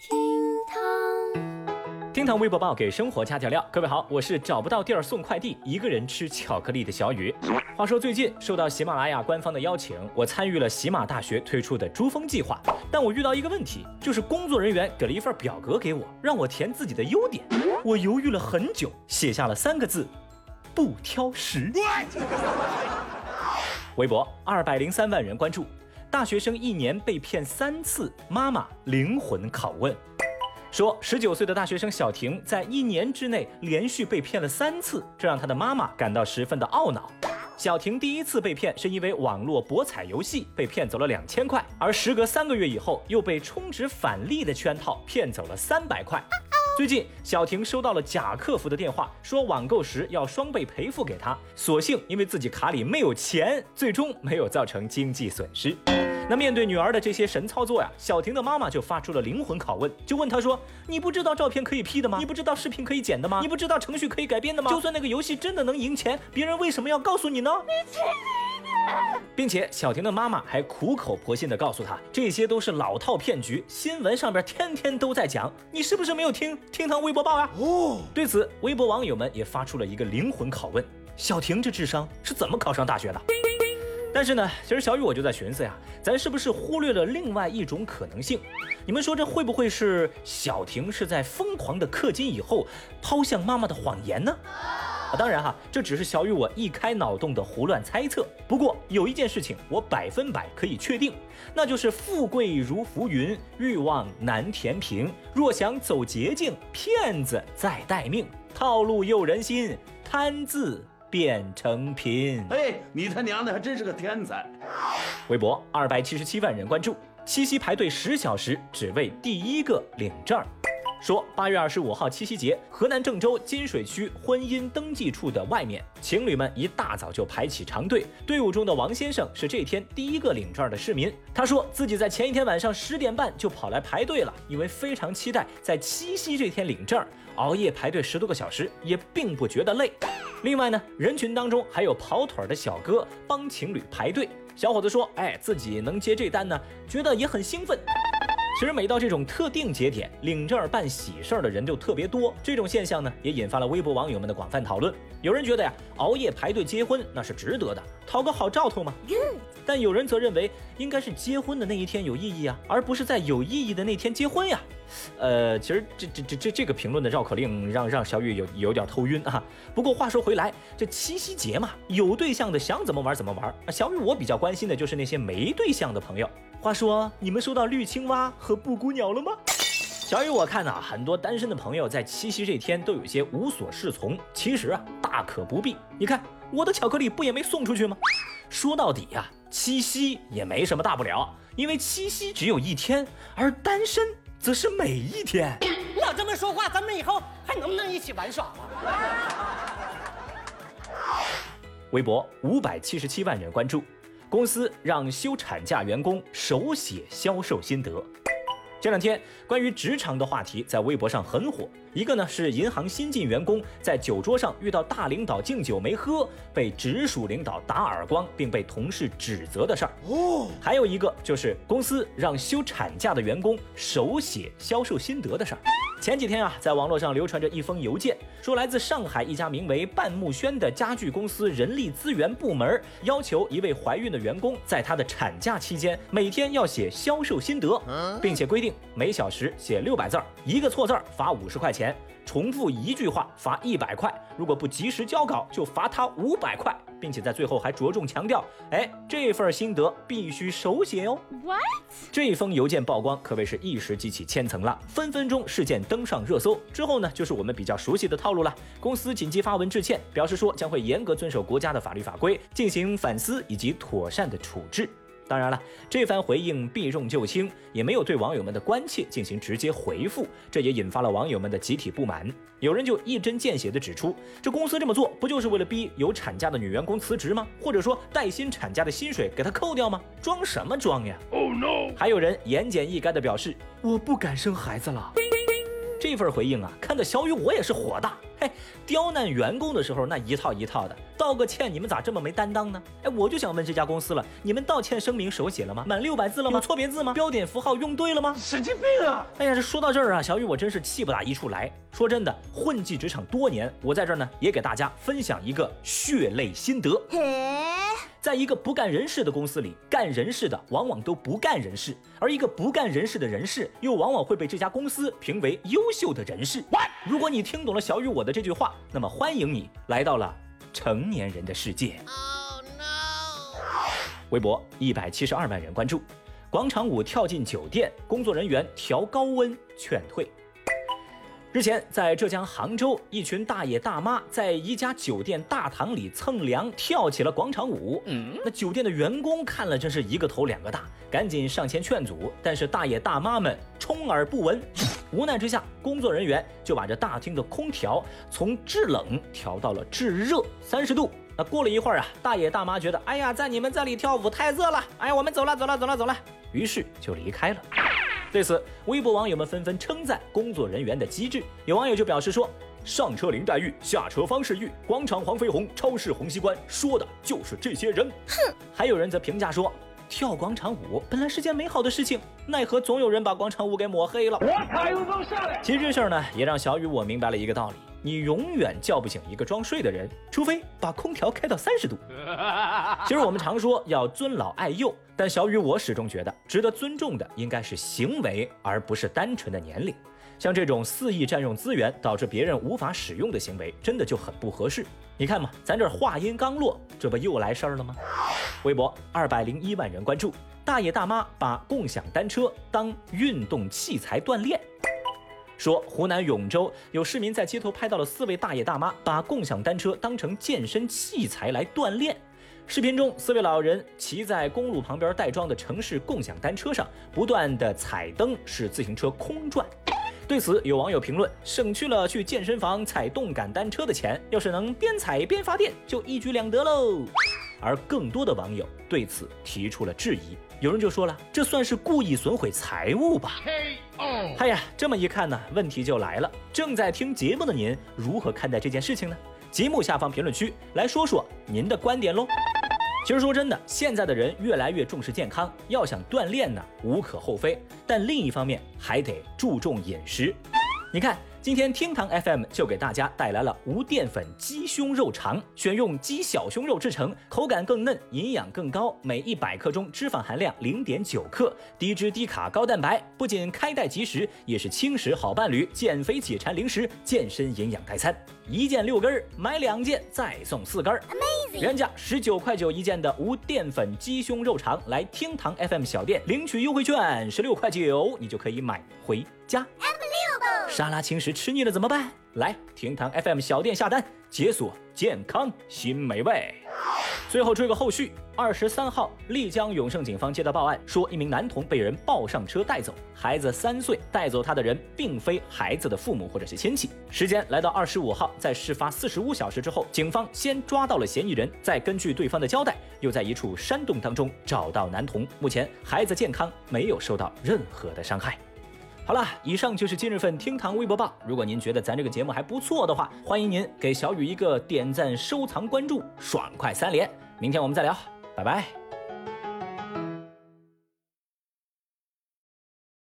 厅堂微博报给生活加调料，各位好，我是找不到地儿送快递，一个人吃巧克力的小雨。话说最近受到喜马拉雅官方的邀请，我参与了喜马大学推出的珠峰计划，但我遇到一个问题，就是工作人员给了一份表格给我，让我填自己的优点。我犹豫了很久，写下了3个字：不挑食。微博203万人关注，大学生1年被骗3次，妈妈灵魂拷问。说19岁的大学生小婷在1年之内连续被骗了3次，这让她的妈妈感到十分的懊恼。小婷第一次被骗是因为网络博彩游戏被骗走了2000块，而时隔3个月以后又被充值返利的圈套骗走了300块。最近小婷收到了假客服的电话，说网购时要双倍赔付给她，所幸因为自己卡里没有钱，最终没有造成经济损失。那面对女儿的这些神操作呀，小婷的妈妈就发出了灵魂拷问，就问她说：你不知道照片可以 P 的吗？你不知道视频可以剪的吗？你不知道程序可以改编的吗？就算那个游戏真的能赢钱，别人为什么要告诉你呢？你轻一点。并且小婷的妈妈还苦口婆心地告诉她，这些都是老套骗局，新闻上边天天都在讲，你是不是没有听堂微博报呀？对此微博网友们也发出了一个灵魂拷问，小婷这智商是怎么考上大学的？但是呢，其实小雨我就在寻思呀，咱是不是忽略了另外一种可能性？你们说这会不会是小婷是在疯狂的氪金以后抛向妈妈的谎言呢？当然哈，这只是小雨我一开脑洞的胡乱猜测。不过有一件事情我100%可以确定，那就是富贵如浮云，欲望难填平。若想走捷径，骗子在待命，套路诱人心，贪字变成贫。 你他娘的还真是个天才。 微博277万人关注，七夕排队10小时只为第一个领证。说8月25号七夕节，河南郑州金水区婚姻登记处的外面，情侣们一大早就排起长队。队伍中的王先生是这天第一个领证的市民，他说自己在前一天晚上10点半就跑来排队了，因为非常期待在七夕这天领证，熬夜排队10多个小时也并不觉得累。另外呢，人群当中还有跑腿的小哥帮情侣排队。小伙子说，自己能接这单呢，觉得也很兴奋。其实每到这种特定节点，领证办喜事的人就特别多，这种现象呢，也引发了微博网友们的广泛讨论。有人觉得呀，熬夜排队结婚那是值得的，讨个好兆头嘛。但有人则认为，应该是结婚的那一天有意义啊，而不是在有意义的那天结婚呀。其实这个评论的绕口令让小雨有点头晕啊。不过话说回来，这七夕节嘛，有对象的想怎么玩怎么玩。小雨我比较关心的就是那些没对象的朋友。话说，你们收到绿青蛙和布谷鸟了吗？小雨我看很多单身的朋友在七夕这天都有些无所适从，其实大可不必。你看我的巧克力不也没送出去吗？说到底七夕也没什么大不了，因为七夕只有1天，而单身则是每一天。 老这么说话，咱们以后还能不能一起玩耍了？ 微博577万人关注，公司让休产假员工手写销售心得。这2天关于职场的话题在微博上很火，一个呢是银行新进员工在酒桌上遇到大领导敬酒没喝，被直属领导打耳光并被同事指责的事儿。还有一个就是公司让休产假的员工手写销售心得的事儿。前几天在网络上流传着一封邮件，说来自上海一家名为半木轩的家具公司人力资源部门，要求一位怀孕的员工在她的产假期间每天要写销售心得，并且规定每小时写600字，1个错字罚50块钱，重复1句话罚100块，如果不及时交稿就罚他500块，并且在最后还着重强调，这份心得必须手写哦。What？ 这封邮件曝光可谓是一时激起千层浪，分分钟事件登上热搜。之后呢，就是我们比较熟悉的套路了。公司紧急发文致歉，表示说将会严格遵守国家的法律法规，进行反思以及妥善的处置。当然了，这番回应避重就轻，也没有对网友们的关切进行直接回复，这也引发了网友们的集体不满。有人就一针见血地指出，这公司这么做不就是为了逼有产假的女员工辞职吗？或者说带薪产假的薪水给她扣掉吗？装什么装呀？ Oh no！ 还有人言简意赅地表示，我不敢生孩子了。 这份回应啊，看得小雨我也是火大。嘿，刁难员工的时候那一套一套的，道个歉你们咋这么没担当呢？哎，我就想问这家公司了，你们道歉声明手写了吗？满600字了吗？有错别字吗？标点符号用对了吗？ 神经病啊！ 哎呀，这说到这儿啊，小雨我真是气不打一处来。说真的，混迹职场多年，我在这儿呢也给大家分享一个血泪心得。在一个不干人事的公司里，干人事的往往都不干人事，而一个不干人事的人事又往往会被这家公司评为优秀的人士。如果你听懂了小雨我的这句话，那么欢迎你来到了成年人的世界。Oh no！ 微博172万人关注，广场舞跳进酒店，工作人员调高温劝退。日前，在浙江杭州，一群大爷大妈在一家酒店大堂里蹭凉，跳起了广场舞。那酒店的员工看了真是一个头两个大，赶紧上前劝阻，但是大爷大妈们充耳不闻。无奈之下，工作人员就把这大厅的空调从制冷调到了制热30度。那过了一会儿啊，大爷大妈觉得，哎呀，在你们这里跳舞太热了，哎呀，我们走了，于是就离开了。对此，微博网友们纷纷称赞工作人员的机智。有网友就表示说，上车林黛玉，下车方世玉，广场黄飞鸿，超市洪熙官，说的就是这些人。哼！还有人则评价说，跳广场舞本来是件美好的事情，奈何总有人把广场舞给抹黑了。我卡又能上来。其实这事儿呢，也让小雨我明白了一个道理，你永远叫不醒一个装睡的人，除非把空调开到30度。其实我们常说要尊老爱幼，但小雨我始终觉得，值得尊重的应该是行为，而不是单纯的年龄。像这种肆意占用资源导致别人无法使用的行为，真的就很不合适。你看嘛，咱这话音刚落，这不又来事儿了吗？微博201万人关注，大爷大妈把共享单车当运动器材锻炼。说湖南永州有市民在街头拍到了4位大爷大妈把共享单车当成健身器材来锻炼。视频中，4位老人骑在公路旁边带装的城市共享单车上，不断的踩蹬，使自行车空转。对此，有网友评论，省去了去健身房踩动感单车的钱，要是能边踩边发电，就一举两得喽。而更多的网友对此提出了质疑，有人就说了，这算是故意损毁财物吧。哎呀，这么一看呢，问题就来了。正在听节目的您，如何看待这件事情呢？节目下方评论区来说说您的观点喽。其实说真的，现在的人越来越重视健康，要想锻炼呢，无可厚非，但另一方面还得注重饮食。你看，今天厅堂 FM 就给大家带来了无淀粉鸡胸肉肠，选用鸡小胸肉制成，口感更嫩，营养更高，每100克中脂肪含量0.9克，低脂低卡高蛋白，不仅开袋即食，也是轻食好伴侣，减肥解馋零食，健身营养代餐。1件6根，买2件再送4根。原价19.9块一件的无淀粉鸡胸肉肠，来厅堂 FM 小店领取优惠券16.9块，你就可以买回家。沙拉轻食吃腻了怎么办？来厅堂 FM 小店下单，解锁健康新美味。最后追个后续，23号丽江永盛警方接到报案，说一名男童被人抱上车带走，孩子3岁，带走他的人并非孩子的父母或者是亲戚。时间来到25号，在事发45小时之后，警方先抓到了嫌疑人，再根据对方的交代，又在一处山洞当中找到男童。目前孩子健康，没有受到任何的伤害。好了，以上就是今日份厅堂微博报。如果您觉得咱这个节目还不错的话，欢迎您给小雨一个点赞、收藏、关注，爽快3连。明天我们再聊，拜拜。